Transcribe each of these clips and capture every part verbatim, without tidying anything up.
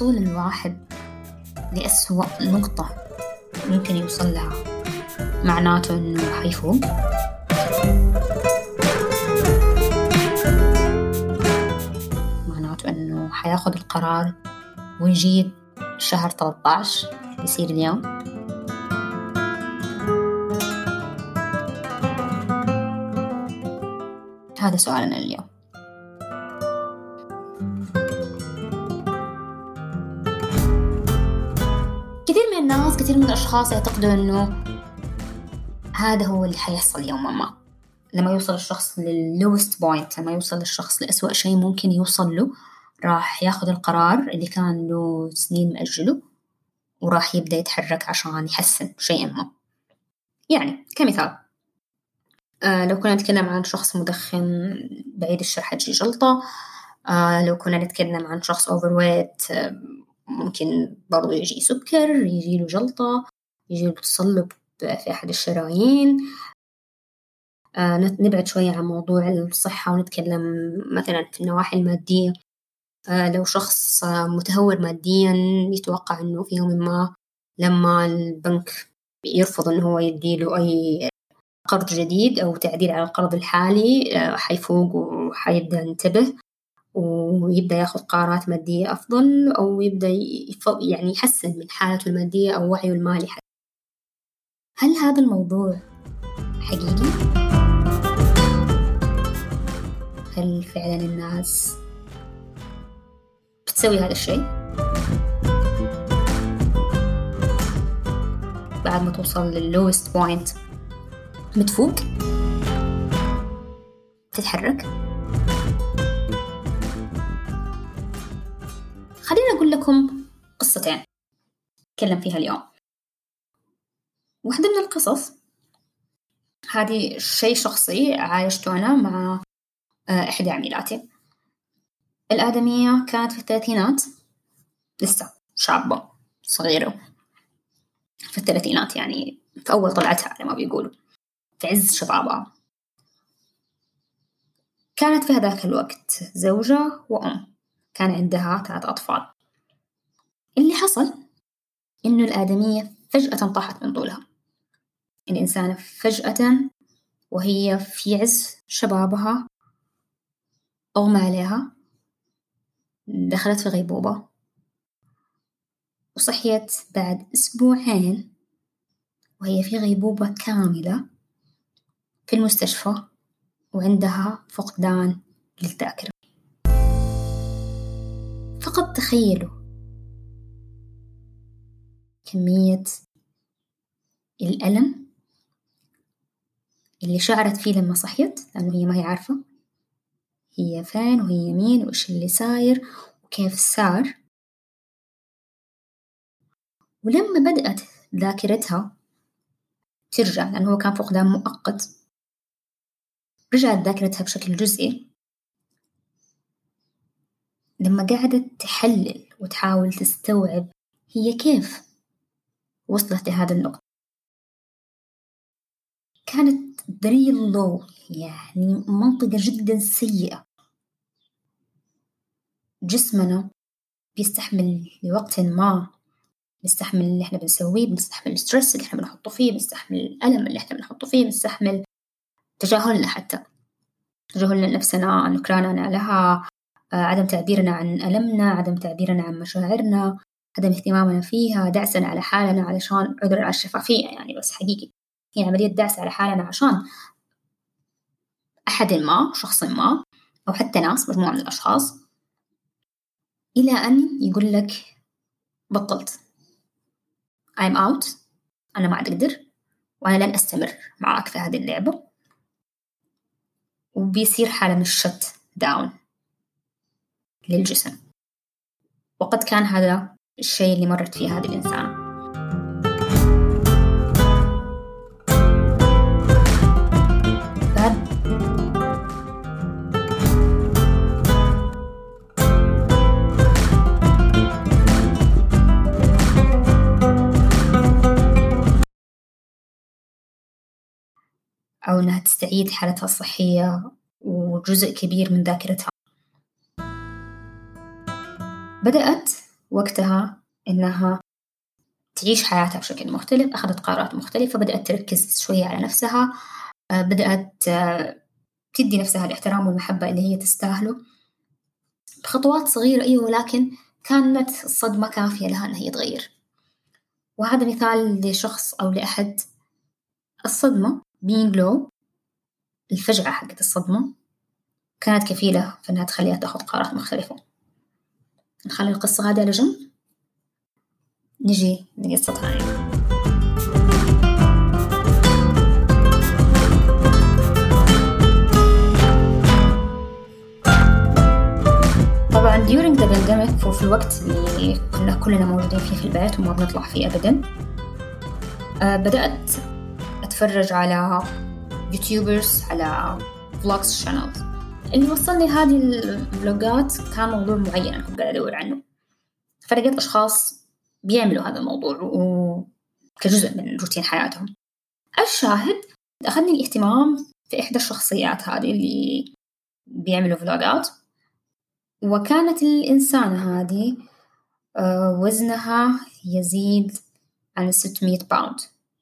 وصول الواحد لأسوأ نقطة ممكن يوصل لها معناته إنه حيفوق؟ معناته إنه حياخد القرار ويجي شهر ثلاثة عشر يصير اليوم؟ هذا سؤالنا اليوم. كثير من الناس كثير من الأشخاص يعتقدوا إنه هذا هو اللي حيحصل يوما ما، لما يوصل الشخص لللوست بوينت، لما يوصل الشخص لأسوأ شيء ممكن يوصل له، راح ياخذ القرار اللي كان له سنين مأجله وراح يبدأ يتحرك عشان يحسن شيء ما. يعني كمثال، آه لو كنا نتكلم عن شخص مدخن بعيد الشر حتجي جلطة. آه لو كنا نتكلم عن شخص overweight، آه ممكن برضو يجي سكر، يجي له جلطة، يجي له تصلب في أحد الشرايين. آه نبعد شوية عن موضوع الصحة ونتكلم مثلا في النواحي المادية. آه لو شخص آه متهور ماديا، يتوقع أنه في يوم ما لما البنك يرفض أنه هو يديله أي قرض جديد أو تعديل على القرض الحالي، آه حيفوق وحيبدأ ينتبه ويبدأ ياخذ قرارات مادية أفضل، أو يبدأ يعني يحسن من حالته المادية أو وعيه المالي حتى. هل هذا الموضوع حقيقي؟ هل فعلا الناس بتسوي هذا الشيء بعد ما توصل لللوست بوينت؟ بتفوق، تتحرك. خلينا أقول لكم قصتين أتكلم فيها اليوم. واحدة من القصص هذه شيء شخصي عايشته أنا مع إحدى عميلاتي. الآدمية كانت في الثلاثينات، لسه شابة صغيرة في الثلاثينات، يعني في أول طلعتها على ما بيقولوا، في عز شبابها. كانت في هذاك الوقت زوجة وأم، كان عندها ثلاث أطفال. اللي حصل إنه الآدمية فجأة طاحت من طولها. الإنسانة فجأة وهي في عز شبابها أغمى عليها، دخلت في غيبوبة، وصحيت بعد أسبوعين وهي في غيبوبة كاملة في المستشفى، وعندها فقدان للذاكرة. فقط تخيلوا كمية الألم اللي شعرت فيه لما صحيت، لأنه هي ما هي عارفة هي فين وهي مين وإيش اللي صاير وكيف صار. ولما بدأت ذاكرتها ترجع، لأنه هو كان فقدان مؤقت، رجعت ذاكرتها بشكل جزئي. لما قعدت تحلل وتحاول تستوعب هي كيف وصلت لهذا النقطة، كانت very low، يعني منطقة جدا سيئة. جسمنا بيستحمل لوقت ما، بيستحمل اللي احنا بنسويه، بنستحمل السترس اللي احنا بنحطه فيه، بنستحمل الألم اللي احنا بنحطه فيه، بنستحمل تجاهلنا، حتى تجاهلنا لنفسنا، نكراننا لها، عدم تعبيرنا عن ألمنا، عدم تعبيرنا عن مشاعرنا، عدم اهتمامنا فيها، دعسنا على حالنا علشان عذر على الشفافية يعني، بس حقيقي هي عملية دعس على حالنا عشان أحد ما، شخص ما، أو حتى ناس، مجموعة من الأشخاص، إلى أن يقول لك بطلت، I'm out، أنا ما عاد أقدر وأنا لن أستمر معك في هذه اللعبة. وبيصير حالة من الشت داون للجسم. وقد كان هذا الشيء اللي مرت فيه هذه الإنسانة. بعد أو أنها تستعيد حالتها الصحية وجزء كبير من ذاكرتها، بدأت وقتها إنها تعيش حياتها بشكل مختلف، أخذت قرارات مختلفة، بدأت تركز شوية على نفسها، بدأت تدي نفسها الاحترام والمحبة اللي هي تستاهله بخطوات صغيرة. أيوة، ولكن كانت الصدمة كافية لها أنها تغير. وهذا مثال لشخص أو لأحد الصدمة being low، الفجعة حقت الصدمة كانت كفيلة في أنها تخليها تأخذ قرارات مختلفة. نخلي القصة هذه على جنب، نجي لقصتها يعني. طبعا during the pandemic، وفي الوقت اللي كنا كلنا موجودين فيه في البيت وما بنطلع فيه أبدا، أه بدأت أتفرج على يوتيوبرز، على vlogs channels. اللي وصلني هذه الفلوجات كان موضوع معين أنا كنت قاعدة أدور عنه، فلقيت أشخاص بيعملوا هذا الموضوع وكجزء من روتين حياتهم. الشاهد أخذني الاهتمام في إحدى الشخصيات هذه اللي بيعملوا فلوجات، وكانت الإنسانة هذه وزنها يزيد عن ستمية باوند،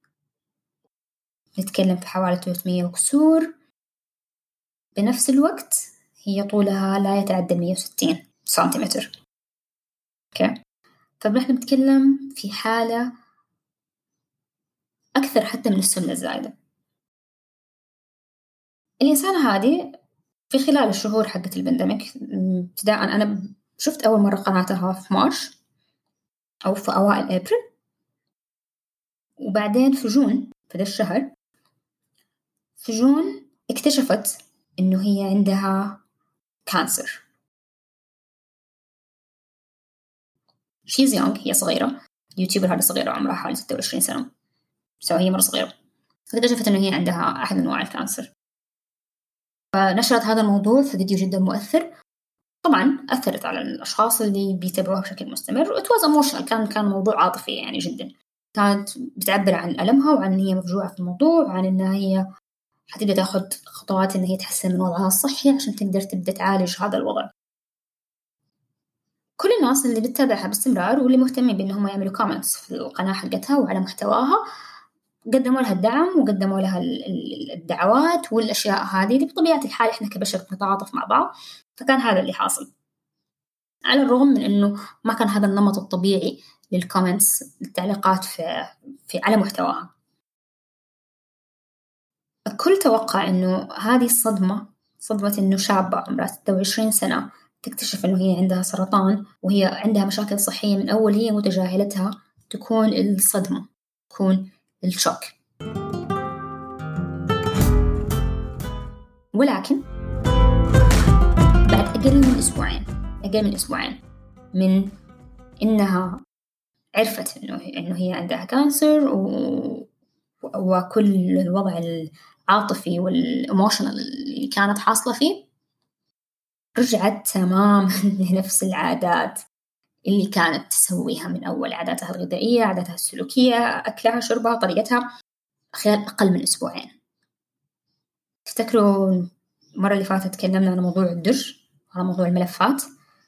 نتكلم في حوالي ثلاثمية وكسور. بنفس الوقت هي طولها لا يتعدى مية وستين سنتيمتر. اوكي، فنحن بنتكلم في حالة أكثر حتى من السمنة الزايدة. الإنسانة هذه في خلال الشهور حقت البندميك، ابتداء أنا شفت أول مرة قناتها في مارش أو في أوائل أبريل، وبعدين في جون، في ذا الشهر في جون اكتشفت إنه هي عندها كانسر. she's young، هي صغيرة، يوتيوبر هذه صغيرة عمرها حوالي ستة وعشرين سنة، سو هي مرة صغيرة. اكتشفت إنه هي عندها أحد أنواع الكانسر، فنشرت هذا الموضوع في فيديو جدا مؤثر. طبعا أثرت على الأشخاص اللي بيتابعوها بشكل مستمر. it was emotional، كان كان موضوع عاطفي يعني جدا. كانت بتعبر عن ألمها وعن إن هي مفجوعة في الموضوع، وعن إنها هي حتبدأ تأخذ خطوات إن هي تحسن من وضعها الصحي عشان تقدر تبدأ تعالج هذا الوضع. كل الناس اللي بتتابعها باستمرار واللي مهتمين بأنهم يعملوا كومنتس في القناة حقتها وعلى محتواها قدموا لها الدعم وقدموا لها الدعوات والأشياء هذه اللي بطبيعة الحال إحنا كبشر نتعاطف مع بعض. فكان هذا اللي حاصل، على الرغم من إنه ما كان هذا النمط الطبيعي للكومنتس، التعليقات في في على محتواها. الكل توقع إنه هذه الصدمة، صدمة إنه شابة عمرها ستة وعشرين سنة تكتشف إنه هي عندها سرطان وهي عندها مشاكل صحية من أول هي متجاهلتها، تكون الصدمة، تكون الشوك. ولكن بعد أقل من أسبوعين أقل من أسبوعين من إنها عرفت إنه إنه هي عندها كانسر و... وكل الوضع العاطفي والإيموشنال اللي كانت حاصلة فيه، رجعت تماما لنفس العادات اللي كانت تسويها من أول، عاداتها الغذائية، عاداتها السلوكية، أكلها، شربها، طريقتها، خلال أقل من أسبوعين. تفتكروا المرة اللي فاتت تكلمنا عن موضوع الدرج، على موضوع الملفات.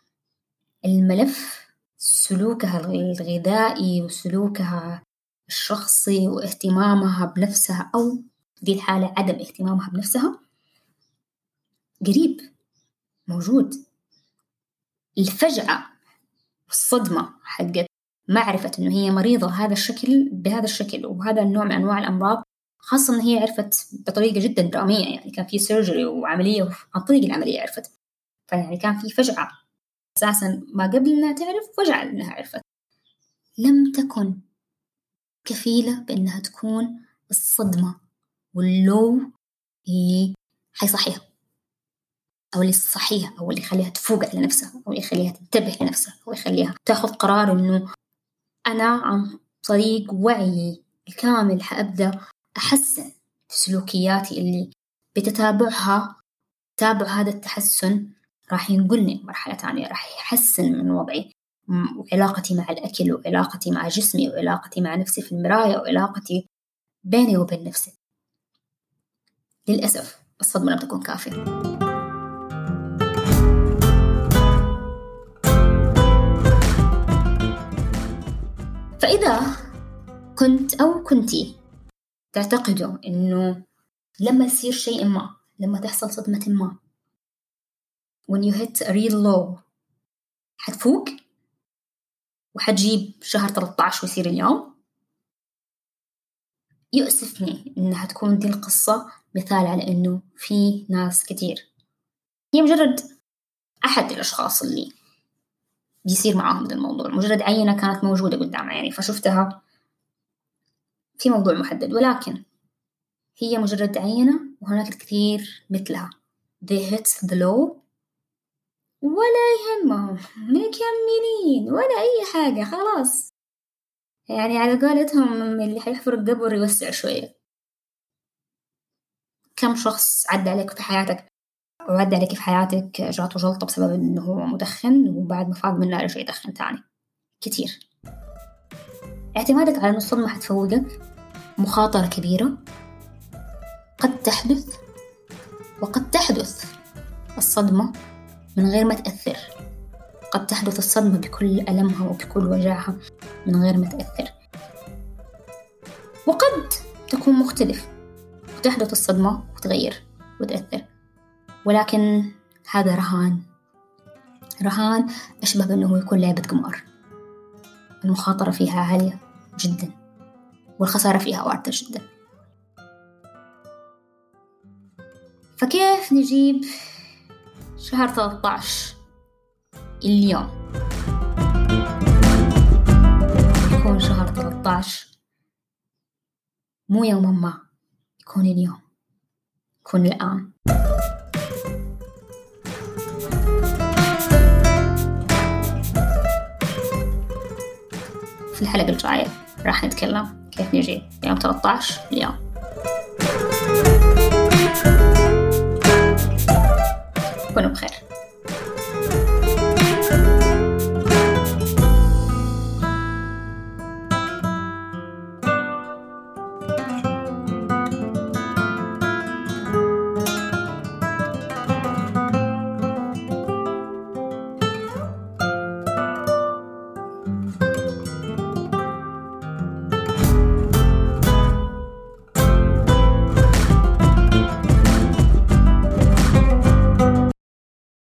الملف سلوكها الغذائي وسلوكها الشخصي واهتمامها بنفسها، أو دي الحالة عدم اهتمامها بنفسها، قريب موجود. الفجعة والصدمة حقت معرفة إنه هي مريضة هذا الشكل بهذا الشكل وهذا النوع من أنواع الأمراض، خاصة إن هي عرفت بطريقة جدا درامية، يعني كان في سيرجري وعملية عن طريق العملية عرفت، فيعني كان في فجعة أساسا ما قبل إنها تعرف، فجعة إنها عرفت. لم تكن كفيلة بأنها تكون الصدمة واللو هي حيصحيها، أو اللي صحيها، أو اللي يخليها تفوق على نفسها، أو يخليها تنتبه لنفسها، أو يخليها تأخذ قرار إنه أنا عن طريق وعي الكامل حأبدأ أحسن في سلوكياتي اللي بتتابعها. تابع هذا التحسن راح ينقلني مرحلة ثانية، راح يحسن من وضعي وعلاقتي مع الأكل، وعلاقتي مع جسمي، وعلاقتي مع نفسي في المراية، وعلاقتي بيني وبين نفسي. للأسف الصدمة لم تكن كافية. فإذا كنت أو كنتي تعتقدوا إنه لما يصير شيء ما، لما تحصل صدمة ما، when you hit a real low حتفوق وحتجيب شهر ثلاثة عشر ويصير اليوم، يؤسفني إنها تكون دي القصة مثال على إنه في ناس كتير هي مجرد أحد الأشخاص اللي بيصير معاهم هذا الموضوع، مجرد عينة كانت موجودة قدام عيني فشفتها في موضوع محدد، ولكن هي مجرد عينة وهناك الكثير مثلها they hit the low ولا يهمهم مكملين ولا أي حاجة خلاص. يعني على قولتهم اللي حيحفر القبر يوسع شوية. كم شخص عدى عليك في حياتك وعدى عليك في حياتك جاته جلطة بسبب إنه هو مدخن وبعد ما فاق منه رجع يدخن تاني؟ كتير. اعتمادك على أن الصدمة حتفوقك مخاطرة كبيرة، قد تحدث وقد تحدث الصدمة من غير ما تأثر، قد تحدث الصدمة بكل ألمها وبكل وجعها من غير ما تأثر، وقد تكون مختلف وتحدث الصدمة وتغير وتأثر، ولكن هذا رهان رهان أشبه بأنه يكون لعبة قمار، المخاطرة فيها عالية جدا والخسارة فيها واردة جدا. فكيف نجيب شهر ثلاثة عشر اليوم يكون شهر ثلاثة عشر مو يوما ما، يكون اليوم، يكون الآن. في الحلقة الجاية راح نتكلم كيف نجيب يوم ثلاثة عشر اليوم. كونوا بخير.